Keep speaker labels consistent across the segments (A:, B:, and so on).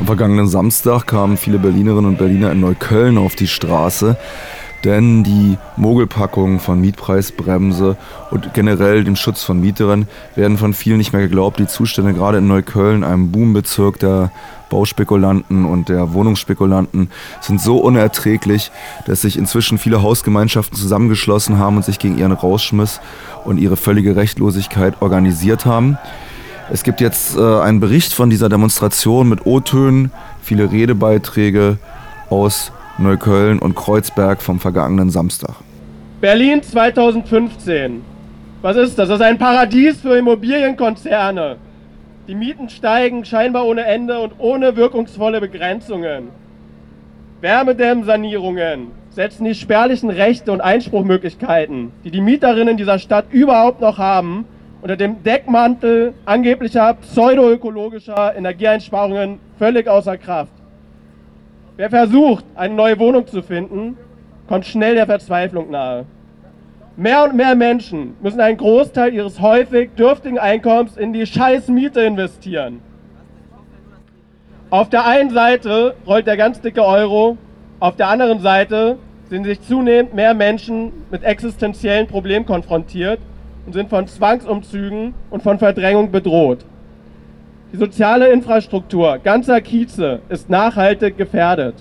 A: vergangenen Samstag kamen viele Berlinerinnen und Berliner in Neukölln auf die Straße, denn die Mogelpackungen von Mietpreisbremse und generell dem Schutz von Mieterinnen werden von vielen nicht mehr geglaubt. Die Zustände gerade in Neukölln, einem Boombezirk der Bauspekulanten und der Wohnungsspekulanten, sind so unerträglich, dass sich inzwischen viele Hausgemeinschaften zusammengeschlossen haben und sich gegen ihren Rausschmiss und ihre völlige Rechtlosigkeit organisiert haben. Es gibt jetzt einen Bericht von dieser Demonstration mit O-Tönen, viele Redebeiträge aus Neukölln und Kreuzberg vom vergangenen Samstag.
B: Berlin 2015. Was ist das? Das ist ein Paradies für Immobilienkonzerne. Die Mieten steigen scheinbar ohne Ende und ohne wirkungsvolle Begrenzungen. Wärmedämmsanierungen setzen die spärlichen Rechte und Einspruchmöglichkeiten, die die Mieterinnen dieser Stadt überhaupt noch haben, unter dem Deckmantel angeblicher pseudoökologischer Energieeinsparungen völlig außer Kraft. Wer versucht, eine neue Wohnung zu finden, kommt schnell der Verzweiflung nahe. Mehr und mehr Menschen müssen einen Großteil ihres häufig dürftigen Einkommens in die Scheißmiete investieren. Auf der einen Seite rollt der ganz dicke Euro, auf der anderen Seite sehen sich zunehmend mehr Menschen mit existenziellen Problemen konfrontiert und sind von Zwangsumzügen und von Verdrängung bedroht. Die soziale Infrastruktur ganzer Kieze ist nachhaltig gefährdet.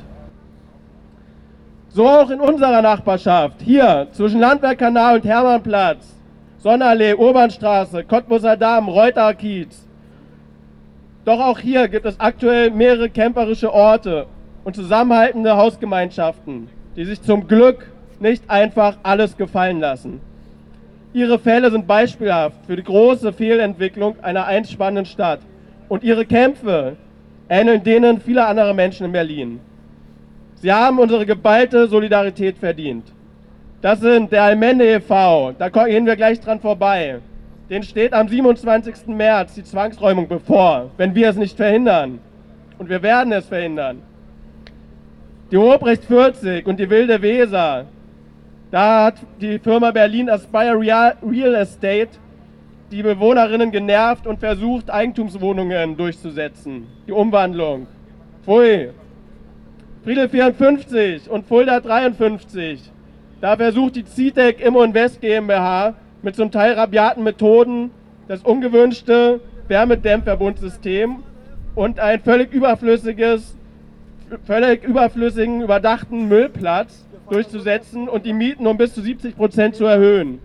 B: So auch in unserer Nachbarschaft, hier zwischen Landwehrkanal und Hermannplatz, Sonnenallee, Urbanstraße, Cottbuser Damm, Reuter Kiez. Doch auch hier gibt es aktuell mehrere camperische Orte und zusammenhaltende Hausgemeinschaften, die sich zum Glück nicht einfach alles gefallen lassen. Ihre Fälle sind beispielhaft für die große Fehlentwicklung einer einspannenden Stadt. Und ihre Kämpfe ähneln denen vieler anderer Menschen in Berlin. Sie haben unsere geballte Solidarität verdient. Das sind der Allmende e.V., da gehen wir gleich dran vorbei. Denen steht am 27. März die Zwangsräumung bevor, wenn wir es nicht verhindern. Und wir werden es verhindern. Die Ruprecht 40 und die Wilde Weser, da hat die Firma Berlin Aspire Real Estate die Bewohnerinnen genervt und versucht, Eigentumswohnungen durchzusetzen. Die Umwandlung. Pfui. Friedel 54 und Fulda 53. Da versucht die CITEC Immo Invest GmbH mit zum Teil rabiaten Methoden das ungewünschte Wärmedämmverbundsystem und einen völlig überflüssigen, überdachten Müllplatz durchzusetzen und die Mieten um bis zu 70% zu erhöhen.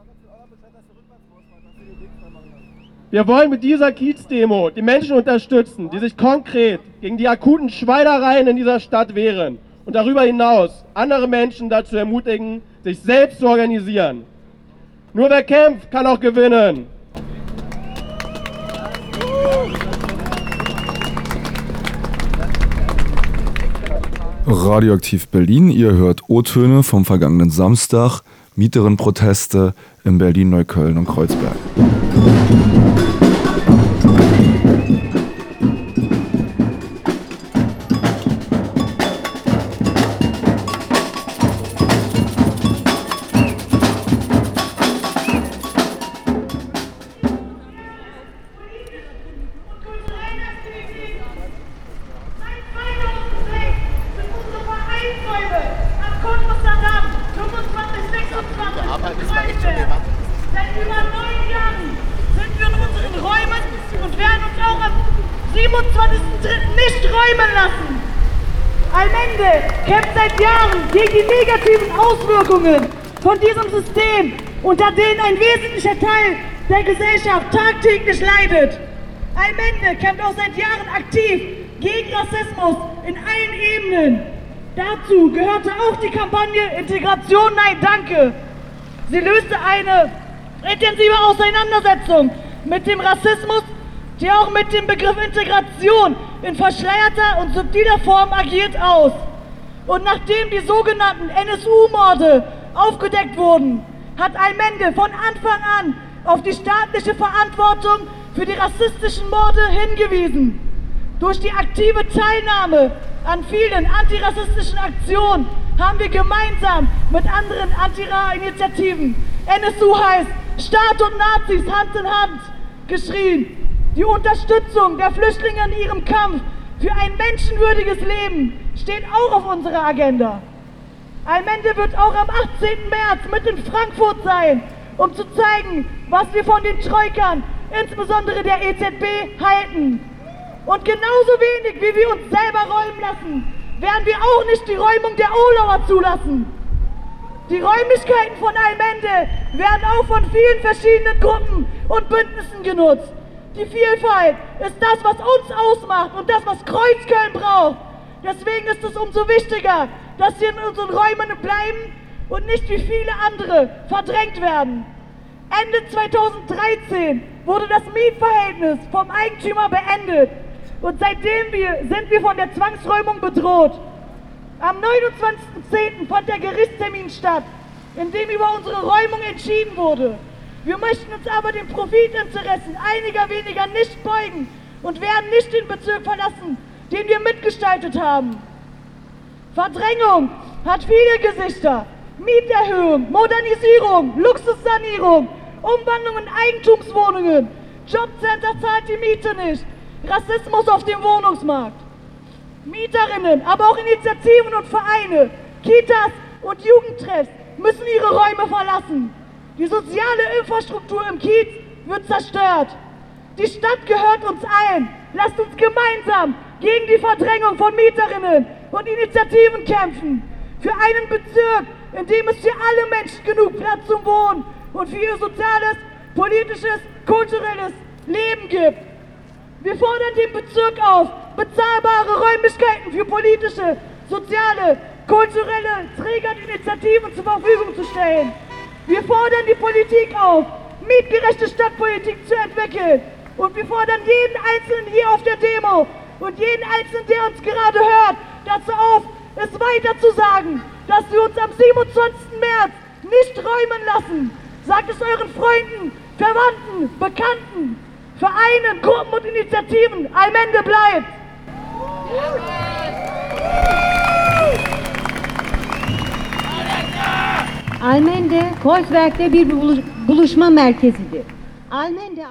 B: Wir wollen mit dieser Kiezdemo die Menschen unterstützen, die sich konkret gegen die akuten Schweinereien in dieser Stadt wehren und darüber hinaus andere Menschen dazu ermutigen, sich selbst zu organisieren. Nur wer kämpft, kann auch gewinnen.
A: Radioaktiv Berlin, ihr hört O-Töne vom vergangenen Samstag, Mieterinnenproteste in Berlin, Neukölln und Kreuzberg.
C: Seit über 9 Jahren sind wir in unseren Räumen und werden uns auch am 27.03. nicht räumen lassen. Allmende kämpft seit Jahren gegen die negativen Auswirkungen von diesem System, unter denen ein wesentlicher Teil der Gesellschaft tagtäglich leidet. Allmende kämpft auch seit Jahren aktiv gegen Rassismus in allen Ebenen. Dazu gehörte auch die Kampagne Integration Nein Danke. Sie löste eine intensive Auseinandersetzung mit dem Rassismus, die auch mit dem Begriff Integration in verschleierter und subtiler Form agiert, aus. Und nachdem die sogenannten NSU-Morde aufgedeckt wurden, hat Allmende von Anfang an auf die staatliche Verantwortung für die rassistischen Morde hingewiesen. Durch die aktive Teilnahme an vielen antirassistischen Aktionen haben wir gemeinsam mit anderen Anti-Ra-Initiativen, NSU heißt Staat und Nazis Hand in Hand, geschrien. Die Unterstützung der Flüchtlinge in ihrem Kampf für ein menschenwürdiges Leben steht auch auf unserer Agenda. Allmende wird auch am 18. März mit in Frankfurt sein, um zu zeigen, was wir von den Troikern, insbesondere der EZB, halten. Und genauso wenig, wie wir uns selber räumen lassen, werden wir auch nicht die Räumung der Ohlauer zulassen. Die Räumlichkeiten von Allmende werden auch von vielen verschiedenen Gruppen und Bündnissen genutzt. Die Vielfalt ist das, was uns ausmacht und das, was Kreuzköln braucht. Deswegen ist es umso wichtiger, dass wir in unseren Räumen bleiben und nicht wie viele andere verdrängt werden. Ende 2013 wurde das Mietverhältnis vom Eigentümer beendet und seitdem sind wir von der Zwangsräumung bedroht. Am 29.10. fand der Gerichtstermin statt, in dem über unsere Räumung entschieden wurde. Wir möchten uns aber den Profitinteressen einiger weniger nicht beugen und werden nicht den Bezirk verlassen, den wir mitgestaltet haben. Verdrängung hat viele Gesichter. Mieterhöhung, Modernisierung, Luxussanierung, Umwandlung in Eigentumswohnungen, Jobcenter zahlt die Miete nicht, Rassismus auf dem Wohnungsmarkt. Mieterinnen, aber auch Initiativen und Vereine, Kitas und Jugendtreffs müssen ihre Räume verlassen. Die soziale Infrastruktur im Kiez wird zerstört. Die Stadt gehört uns allen. Lasst uns gemeinsam gegen die Verdrängung von Mieterinnen und Initiativen kämpfen. Für einen Bezirk, in dem es für alle Menschen genug Platz zum Wohnen und für ihr soziales, politisches, kulturelles Leben gibt. Wir fordern den Bezirk auf, bezahlbare Räumlichkeiten für politische, soziale, kulturelle Träger und Initiativen zur Verfügung zu stellen. Wir fordern die Politik auf, mietgerechte Stadtpolitik zu entwickeln. Und wir fordern jeden Einzelnen hier auf der Demo und jeden Einzelnen, der uns gerade hört, dazu auf, es weiter zu sagen, dass wir uns am 27. März nicht räumen lassen. Sagt es euren Freunden, Verwandten, Bekannten, Vereinen, Gruppen und Initiativen. Allmende bleibt!
D: Allmende, Kreuzberg'te bir buluşma merkezidir. Allmende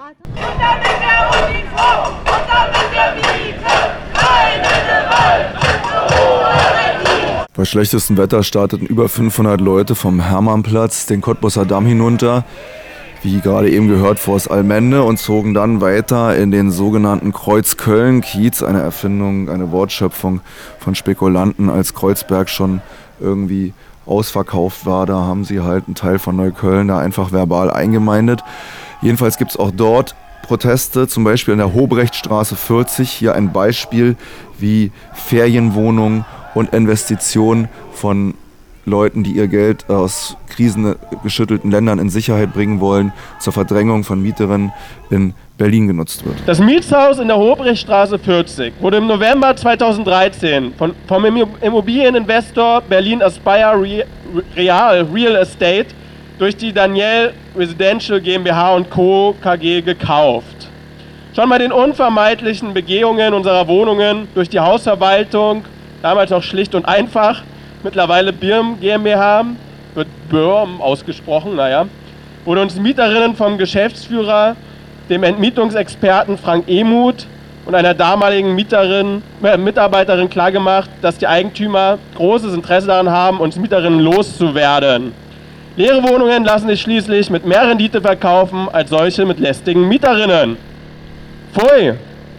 A: Bei schlechtestem Wetter starteten über 500 Leute vom Hermannplatz den Cottbusser Damm hinunter, wie gerade eben gehört, vors Allmende und zogen dann weiter in den sogenannten Kreuzköln-Kiez, eine Erfindung, eine Wortschöpfung von Spekulanten, als Kreuzberg schon irgendwie ausverkauft war. Da haben sie halt einen Teil von Neukölln da einfach verbal eingemeindet. Jedenfalls gibt es auch dort Proteste, zum Beispiel in der Hobrechtstraße 40. Hier ein Beispiel, wie Ferienwohnungen und Investitionen von Leuten, die ihr Geld aus krisengeschüttelten Ländern in Sicherheit bringen wollen, zur Verdrängung von Mieterinnen in Berlin genutzt wird.
B: Das Mietshaus in der Hobrechtstraße 40 wurde im November 2013 vom Immobilieninvestor Berlin Aspire Real Estate durch die Daniel Residential GmbH & Co. KG gekauft. Schon bei den unvermeidlichen Begehungen unserer Wohnungen durch die Hausverwaltung, damals noch schlicht und einfach, mittlerweile Birm GmbH, wird Birm ausgesprochen, wurde uns Mieterinnen vom Geschäftsführer, dem Entmietungsexperten Frank Emuth und einer damaligen Mitarbeiterin klargemacht, dass die Eigentümer großes Interesse daran haben, uns Mieterinnen loszuwerden. Leere Wohnungen lassen sich schließlich mit mehr Rendite verkaufen als solche mit lästigen Mieterinnen. Pfui!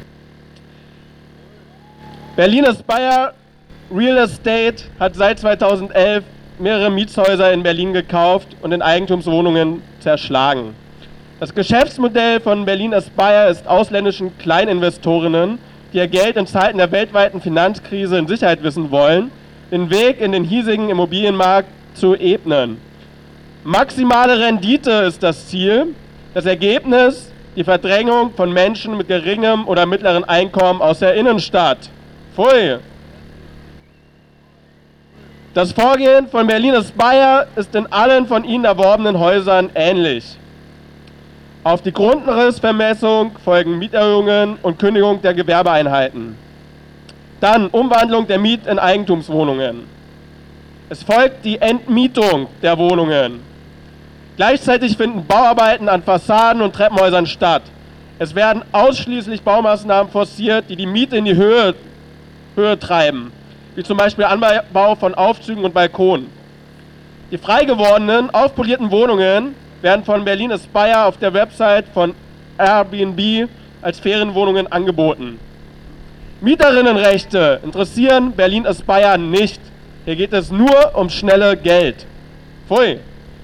B: Berlin Aspire Real Estate hat seit 2011 mehrere Mietshäuser in Berlin gekauft und in Eigentumswohnungen zerschlagen. Das Geschäftsmodell von Berlin Aspire ist ausländischen Kleininvestorinnen, die ihr Geld in Zeiten der weltweiten Finanzkrise in Sicherheit wissen wollen, den Weg in den hiesigen Immobilienmarkt zu ebnen. Maximale Rendite ist das Ziel, das Ergebnis die Verdrängung von Menschen mit geringem oder mittleren Einkommen aus der Innenstadt. Pfui! Das Vorgehen von Berlin Aspire ist in allen von ihnen erworbenen Häusern ähnlich. Auf die Grundrissvermessung folgen Mieterhöhungen und Kündigung der Gewerbeeinheiten. Dann Umwandlung der Miet- in Eigentumswohnungen. Es folgt die Entmietung der Wohnungen. Gleichzeitig finden Bauarbeiten an Fassaden und Treppenhäusern statt. Es werden ausschließlich Baumaßnahmen forciert, die die Miete in die Höhe Höhe treiben, wie zum Beispiel Anbau von Aufzügen und Balkonen. Die frei gewordenen, aufpolierten Wohnungen werden von Berlin Aspire auf der Website von Airbnb als Ferienwohnungen angeboten. Mieterinnenrechte interessieren Berlin Aspire nicht. Hier geht es nur um schnelle Geld. Pfui.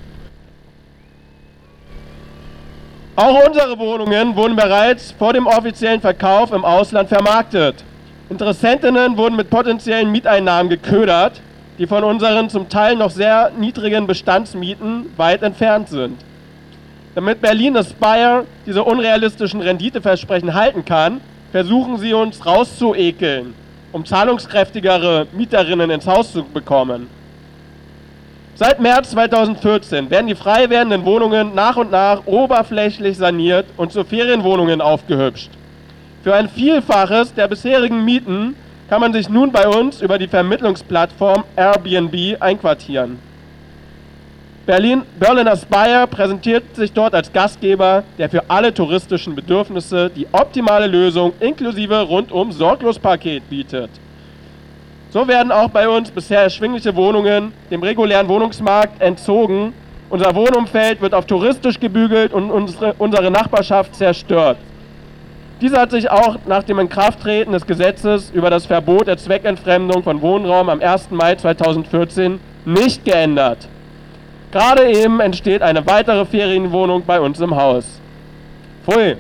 B: Auch unsere Wohnungen wurden bereits vor dem offiziellen Verkauf im Ausland vermarktet. Interessentinnen wurden mit potenziellen Mieteinnahmen geködert, die von unseren zum Teil noch sehr niedrigen Bestandsmieten weit entfernt sind. Damit Berlin Aspire diese unrealistischen Renditeversprechen halten kann, versuchen sie uns rauszuekeln, um zahlungskräftigere Mieterinnen ins Haus zu bekommen. Seit März 2014 werden die frei werdenden Wohnungen nach und nach oberflächlich saniert und zu Ferienwohnungen aufgehübscht. Für ein Vielfaches der bisherigen Mieten kann man sich nun bei uns über die Vermittlungsplattform Airbnb einquartieren. Berlin Aspire präsentiert sich dort als Gastgeber, der für alle touristischen Bedürfnisse die optimale Lösung inklusive Rundum-Sorglos-Paket bietet. So werden auch bei uns bisher erschwingliche Wohnungen dem regulären Wohnungsmarkt entzogen. Unser Wohnumfeld wird auf touristisch gebügelt und unsere Nachbarschaft zerstört. Dieser hat sich auch nach dem Inkrafttreten des Gesetzes über das Verbot der Zweckentfremdung von Wohnraum am 1. Mai 2014 nicht geändert. Gerade eben entsteht eine weitere Ferienwohnung bei uns im Haus. Pfui.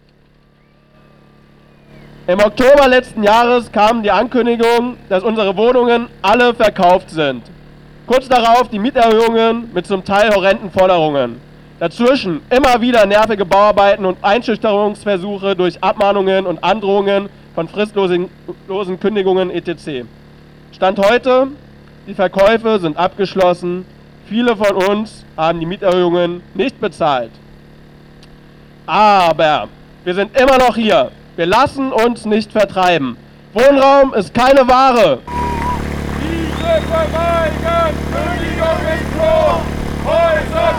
B: Im Oktober letzten Jahres kam die Ankündigung, dass unsere Wohnungen alle verkauft sind. Kurz darauf die Mieterhöhungen mit zum Teil horrenden Forderungen. Dazwischen immer wieder nervige Bauarbeiten und Einschüchterungsversuche durch Abmahnungen und Androhungen von fristlosen Kündigungen etc. Stand heute, die Verkäufe sind abgeschlossen. Viele von uns haben die Mieterhöhungen nicht bezahlt. Aber wir sind immer noch hier. Wir lassen uns nicht vertreiben. Wohnraum ist keine Ware.
E: Diese verweigern, Kündigung ist Fluch, Häuser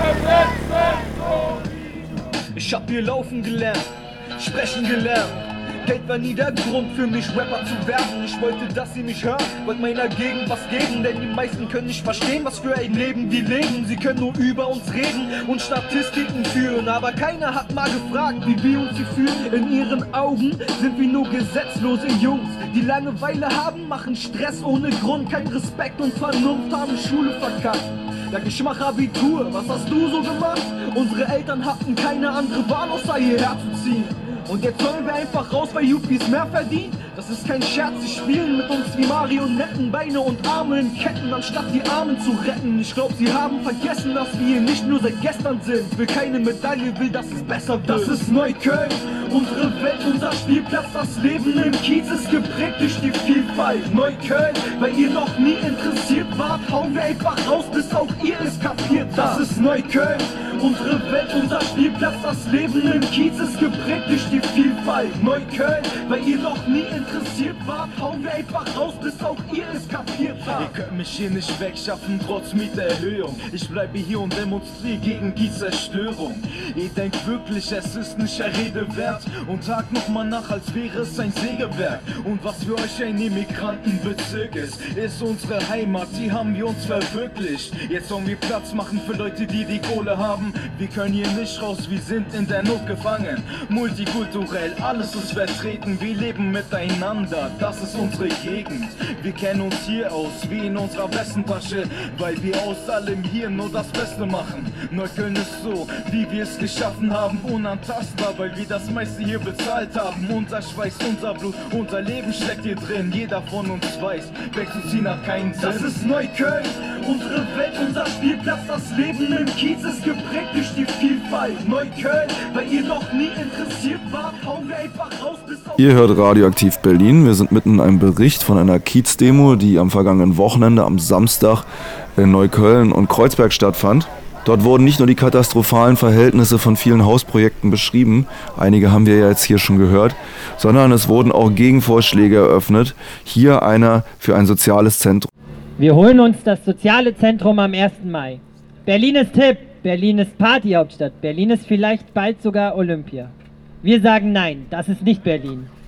E: besetzen.
F: Ich hab hier laufen gelernt, sprechen gelernt. Geld war nie der Grund für mich, Rapper zu werden. Ich wollte, dass sie mich hören, wollte meiner Gegend was geben. Denn die meisten können nicht verstehen, was für ein Leben die leben. Sie können nur über uns reden und Statistiken führen. Aber keiner hat mal gefragt, wie wir uns hier fühlen. In ihren Augen sind wir nur gesetzlose Jungs, die Langeweile haben, machen Stress ohne Grund. Kein Respekt und Vernunft, haben Schule verkackt. Ja, ich mach Abitur, was hast du so gemacht? Unsere Eltern hatten keine andere Wahl, außer hierher zu ziehen. Und jetzt sollen wir einfach raus, weil Yuppies mehr verdienen? Das ist kein Scherz, sie spielen mit uns wie Marionetten, Beine und Arme in Ketten, anstatt die Armen zu retten. Ich glaub, sie haben vergessen, dass wir hier nicht nur seit gestern sind. Will keine Medaille, will, dass es besser wird. Das ist Neukölln, unsere Welt, unser Spielplatz. Das Leben im Kiez ist geprägt durch die Vielfalt. Neukölln, weil ihr noch nie interessiert wart, hauen wir einfach raus, bis auch ihr es kapiert. Das ist Neukölln, unsere Welt, unser Spielplatz. Das Leben im Kiez ist geprägt durch die Vielfalt. Neukölln, weil ihr noch nie interessiert wart, hauen wir einfach raus, bis auch ihr es kapiert habt. Ihr könnt mich hier nicht wegschaffen, trotz Mietererhöhung. Ich bleibe hier und demonstriere gegen die Zerstörung. Ihr denkt wirklich, es ist nicht der Rede wert und tagt nochmal nach, als wäre es ein Sägewerk. Und was für euch ein Immigrantenbezirk ist unsere Heimat, die haben wir uns verwirklicht. Jetzt sollen wir Platz machen für Leute, die die Kohle haben. Wir können hier nicht raus, wir sind in der Not gefangen. Multikulturell, alles ist vertreten, wir leben miteinander, das ist unsere Gegend. Wir kennen uns hier aus, wie in unserer Westentasche, weil wir aus allem hier nur das Beste machen. Neukölln ist so, wie wir es geschaffen haben, unantastbar, weil wir das meiste hier bezahlt haben. Unser Schweiß, unser Blut, unser Leben steckt hier drin, jeder von uns weiß, wegzuziehen hat keinen Sinn. Das ist Neukölln, unsere Welt, unser Spielplatz, das Leben im Kiez ist geprägt durch die Vielfalt. Neukölln, weil ihr noch nie interessiert wart, hauen wir einfach raus, bis auf...
A: Ihr hört Radioaktiv Berlin. Wir sind mitten in einem Bericht von einer Kiez-Demo, die am vergangenen Wochenende am Samstag in Neukölln und Kreuzberg stattfand. Dort wurden nicht nur die katastrophalen Verhältnisse von vielen Hausprojekten beschrieben, einige haben wir ja jetzt hier schon gehört, sondern es wurden auch Gegenvorschläge eröffnet. Hier einer für ein soziales Zentrum.
G: Wir holen uns das soziale Zentrum am 1. Mai. Berlin ist hip, Berlin ist Partyhauptstadt, Berlin ist vielleicht bald sogar Olympia. Wir sagen nein, das ist nicht Berlin.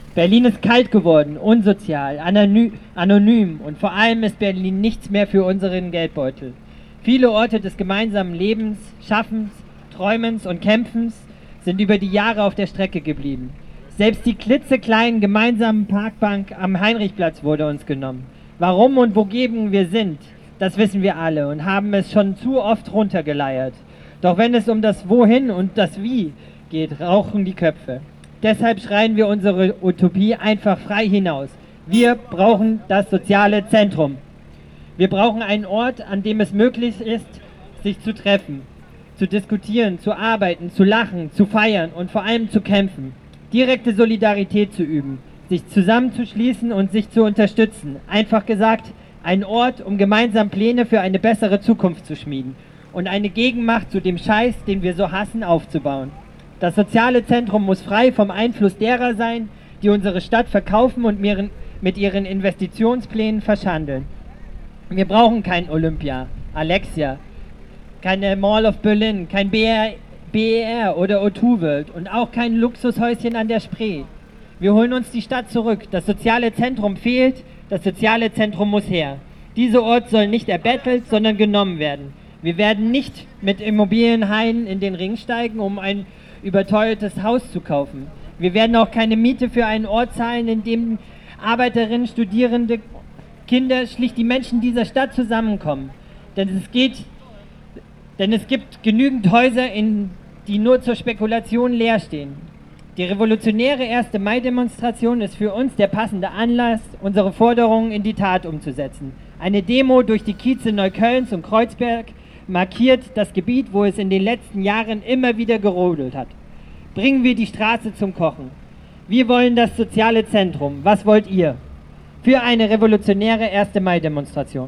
G: Berlin ist kalt geworden, unsozial, anonym und vor allem ist Berlin nichts mehr für unseren Geldbeutel. Viele Orte des gemeinsamen Lebens, Schaffens, Träumens und Kämpfens sind über die Jahre auf der Strecke geblieben. Selbst die klitzekleinen gemeinsamen Parkbank am Heinrichplatz wurde uns genommen. Warum und wogegen wir sind, das wissen wir alle und haben es schon zu oft runtergeleiert. Doch wenn es um das Wohin und das Wie geht, rauchen die Köpfe. Deshalb schreien wir unsere Utopie einfach frei hinaus. Wir brauchen das soziale Zentrum. Wir brauchen einen Ort, an dem es möglich ist, sich zu treffen, zu diskutieren, zu arbeiten, zu lachen, zu feiern und vor allem zu kämpfen. Direkte Solidarität zu üben, sich zusammenzuschließen und sich zu unterstützen. Einfach gesagt, ein Ort, um gemeinsam Pläne für eine bessere Zukunft zu schmieden und eine Gegenmacht zu dem Scheiß, den wir so hassen, aufzubauen. Das soziale Zentrum muss frei vom Einfluss derer sein, die unsere Stadt verkaufen und mit ihren Investitionsplänen verschandeln. Wir brauchen kein Olympia, Alexia, keine Mall of Berlin, kein BER oder O2 World und auch kein Luxushäuschen an der Spree. Wir holen uns die Stadt zurück. Das soziale Zentrum fehlt, das soziale Zentrum muss her. Dieser Ort soll nicht erbettelt, sondern genommen werden. Wir werden nicht mit Immobilienhaien in den Ring steigen, um ein überteuertes Haus zu kaufen. Wir werden auch keine Miete für einen Ort zahlen, in dem Arbeiterinnen, Studierende, Kinder, schlicht die Menschen dieser Stadt zusammenkommen. Denn es gibt genügend Häuser, die nur zur Spekulation leer stehen. Die revolutionäre 1. Mai-Demonstration ist für uns der passende Anlass, unsere Forderungen in die Tat umzusetzen. Eine Demo durch die Kieze Neuköllns und Kreuzberg markiert das Gebiet, wo es in den letzten Jahren immer wieder gerodelt hat. Bringen wir die Straße zum Kochen. Wir wollen das soziale Zentrum. Was wollt ihr? Für eine revolutionäre 1. Mai-Demonstration.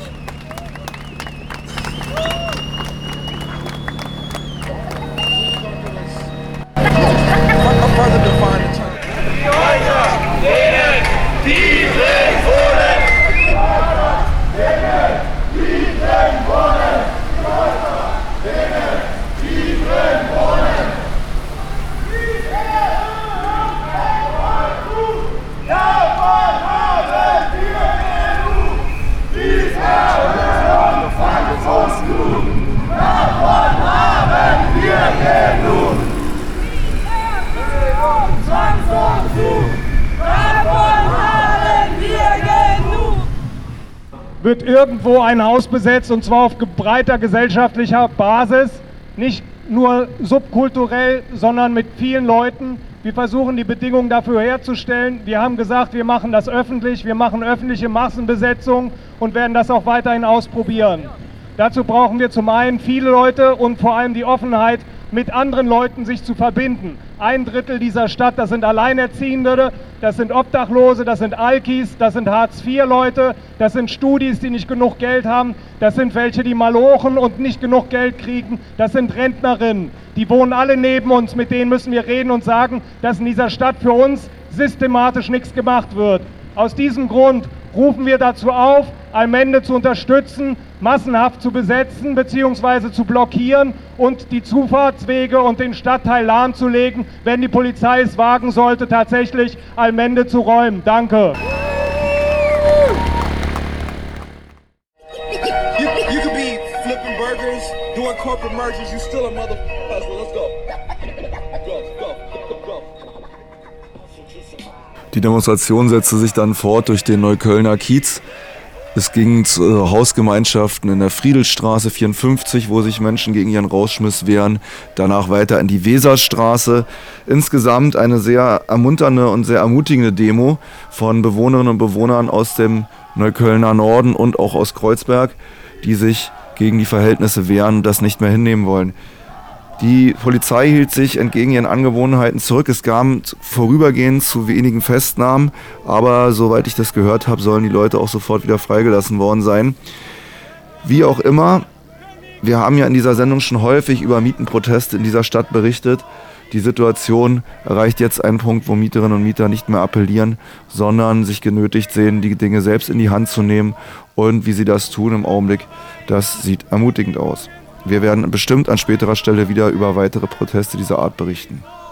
H: Wird irgendwo ein Haus besetzt, und zwar auf breiter gesellschaftlicher Basis, nicht nur subkulturell, sondern mit vielen Leuten. Wir versuchen die Bedingungen dafür herzustellen. Wir haben gesagt, wir machen das öffentlich, wir machen öffentliche Massenbesetzung und werden das auch weiterhin ausprobieren. Dazu brauchen wir zum einen viele Leute und vor allem die Offenheit, mit anderen Leuten sich zu verbinden. 1/3 dieser Stadt, das sind Alleinerziehende, das sind Obdachlose, das sind Alkis, das sind Hartz-IV-Leute, das sind Studis, die nicht genug Geld haben, das sind welche, die malochen und nicht genug Geld kriegen, das sind Rentnerinnen. Die wohnen alle neben uns, mit denen müssen wir reden und sagen, dass in dieser Stadt für uns systematisch nichts gemacht wird. Aus diesem Grund rufen wir dazu auf, Allmende zu unterstützen, massenhaft zu besetzen bzw. zu blockieren und die Zufahrtswege und den Stadtteil lahmzulegen, wenn die Polizei es wagen sollte, tatsächlich Allmende zu räumen. Danke.
I: You could be flipping burgers, doing corporate mergers, you still a mother hustler. Let's go.
A: Die Demonstration setzte sich dann fort durch den Neuköllner Kiez. Es ging zu Hausgemeinschaften in der Friedelstraße 54, wo sich Menschen gegen ihren Rausschmiss wehren. Danach weiter in die Weserstraße. Insgesamt eine sehr ermunternde und sehr ermutigende Demo von Bewohnerinnen und Bewohnern aus dem Neuköllner Norden und auch aus Kreuzberg, die sich gegen die Verhältnisse wehren und das nicht mehr hinnehmen wollen. Die Polizei hielt sich entgegen ihren Angewohnheiten zurück. Es kam vorübergehend zu wenigen Festnahmen, aber soweit ich das gehört habe, sollen die Leute auch sofort wieder freigelassen worden sein. Wie auch immer, wir haben ja in dieser Sendung schon häufig über Mietenproteste in dieser Stadt berichtet. Die Situation erreicht jetzt einen Punkt, wo Mieterinnen und Mieter nicht mehr appellieren, sondern sich genötigt sehen, die Dinge selbst in die Hand zu nehmen. Und wie sie das tun im Augenblick, das sieht ermutigend aus. Wir werden bestimmt an späterer Stelle wieder über weitere Proteste dieser Art berichten.